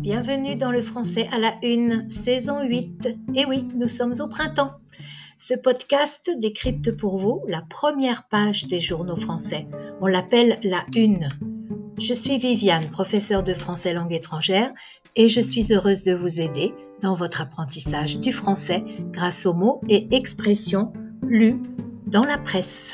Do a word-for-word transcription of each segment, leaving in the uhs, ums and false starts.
Bienvenue dans le français à la une, saison huit. Et oui, nous sommes au printemps. Ce podcast décrypte pour vous la première page des journaux français. On l'appelle la une. Je suis Viviane, professeure de français langue étrangère, et je suis heureuse de vous aider dans votre apprentissage du français grâce aux mots et expressions lus dans la presse.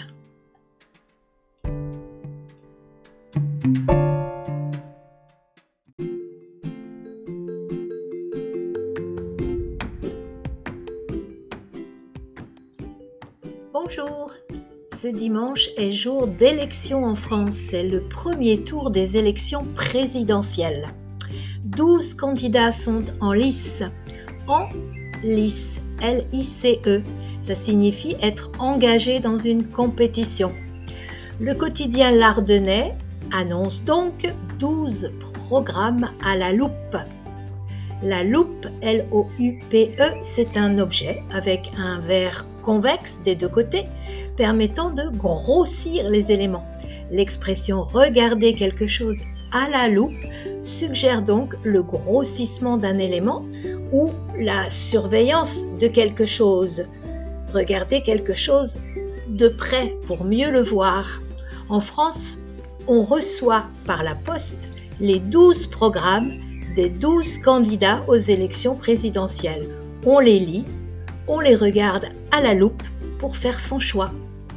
Bonjour, ce dimanche est jour d'élection en France, c'est le premier tour des élections présidentielles. douze candidats sont en lice, en lice, L I C E, ça signifie être engagé dans une compétition. Le quotidien L'Ardennais annonce donc douze programmes à la loupe. La loupe, L O U P E, c'est un objet avec un verre convexe des deux côtés permettant de grossir les éléments. L'expression « regarder quelque chose à la loupe » suggère donc le grossissement d'un élément ou la surveillance de quelque chose. Regarder quelque chose de près pour mieux le voir. En France, on reçoit par la poste les douze programmes des douze candidats aux élections présidentielles. On les lit, on les regarde à la loupe pour faire son choix.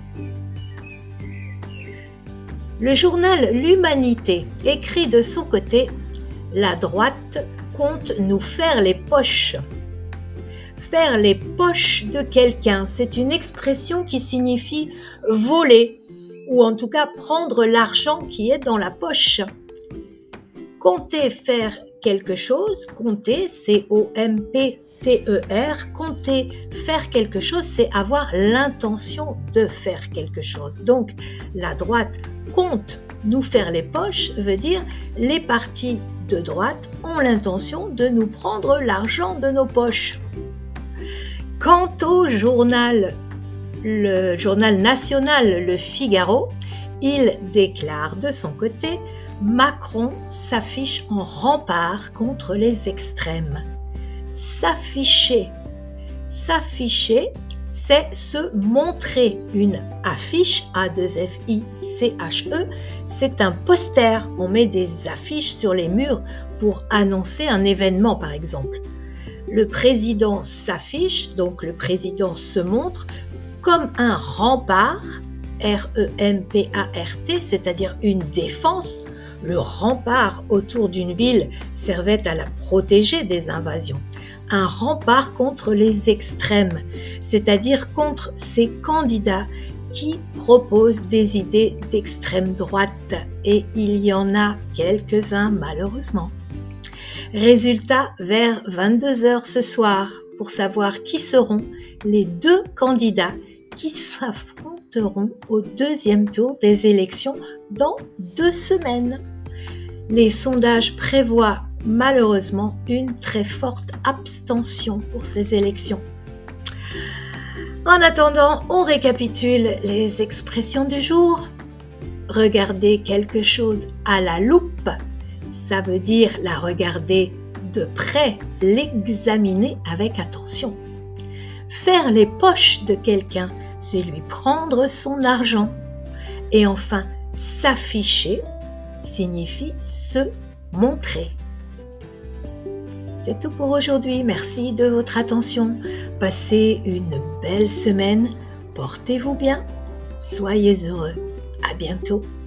Le journal L'Humanité écrit de son côté « La droite compte nous faire les poches ». Faire les poches de quelqu'un, c'est une expression qui signifie voler ou en tout cas prendre l'argent qui est dans la poche. Compter faire quelque chose, compter, C O M P T E R, compter, faire quelque chose, c'est avoir l'intention de faire quelque chose. Donc, la droite compte nous faire les poches, veut dire les partis de droite ont l'intention de nous prendre l'argent de nos poches. Quant au journal, le journal national Le Figaro, il déclare de son côté « Macron s'affiche en rempart contre les extrêmes ». S'afficher. S'afficher, c'est se montrer. Une affiche, A deux F I C H E, c'est un poster. On met des affiches sur les murs pour annoncer un événement, par exemple. Le président s'affiche, donc le président se montre, comme un rempart, R E M P A R T, c'est-à-dire une défense. Le rempart autour d'une ville servait à la protéger des invasions. Un rempart contre les extrêmes, c'est-à-dire contre ces candidats qui proposent des idées d'extrême droite. Et il y en a quelques-uns malheureusement. Résultat vers vingt-deux heures ce soir pour savoir qui seront les deux candidats qui s'affronteront au deuxième tour des élections dans deux semaines. Les sondages prévoient malheureusement une très forte abstention pour ces élections. En attendant, on récapitule les expressions du jour. Regarder quelque chose à la loupe, ça veut dire la regarder de près, l'examiner avec attention. Faire les poches de quelqu'un, c'est lui prendre son argent. Et enfin, s'afficher signifie se montrer. C'est tout pour aujourd'hui. Merci de votre attention. Passez une belle semaine. Portez-vous bien. Soyez heureux. À bientôt.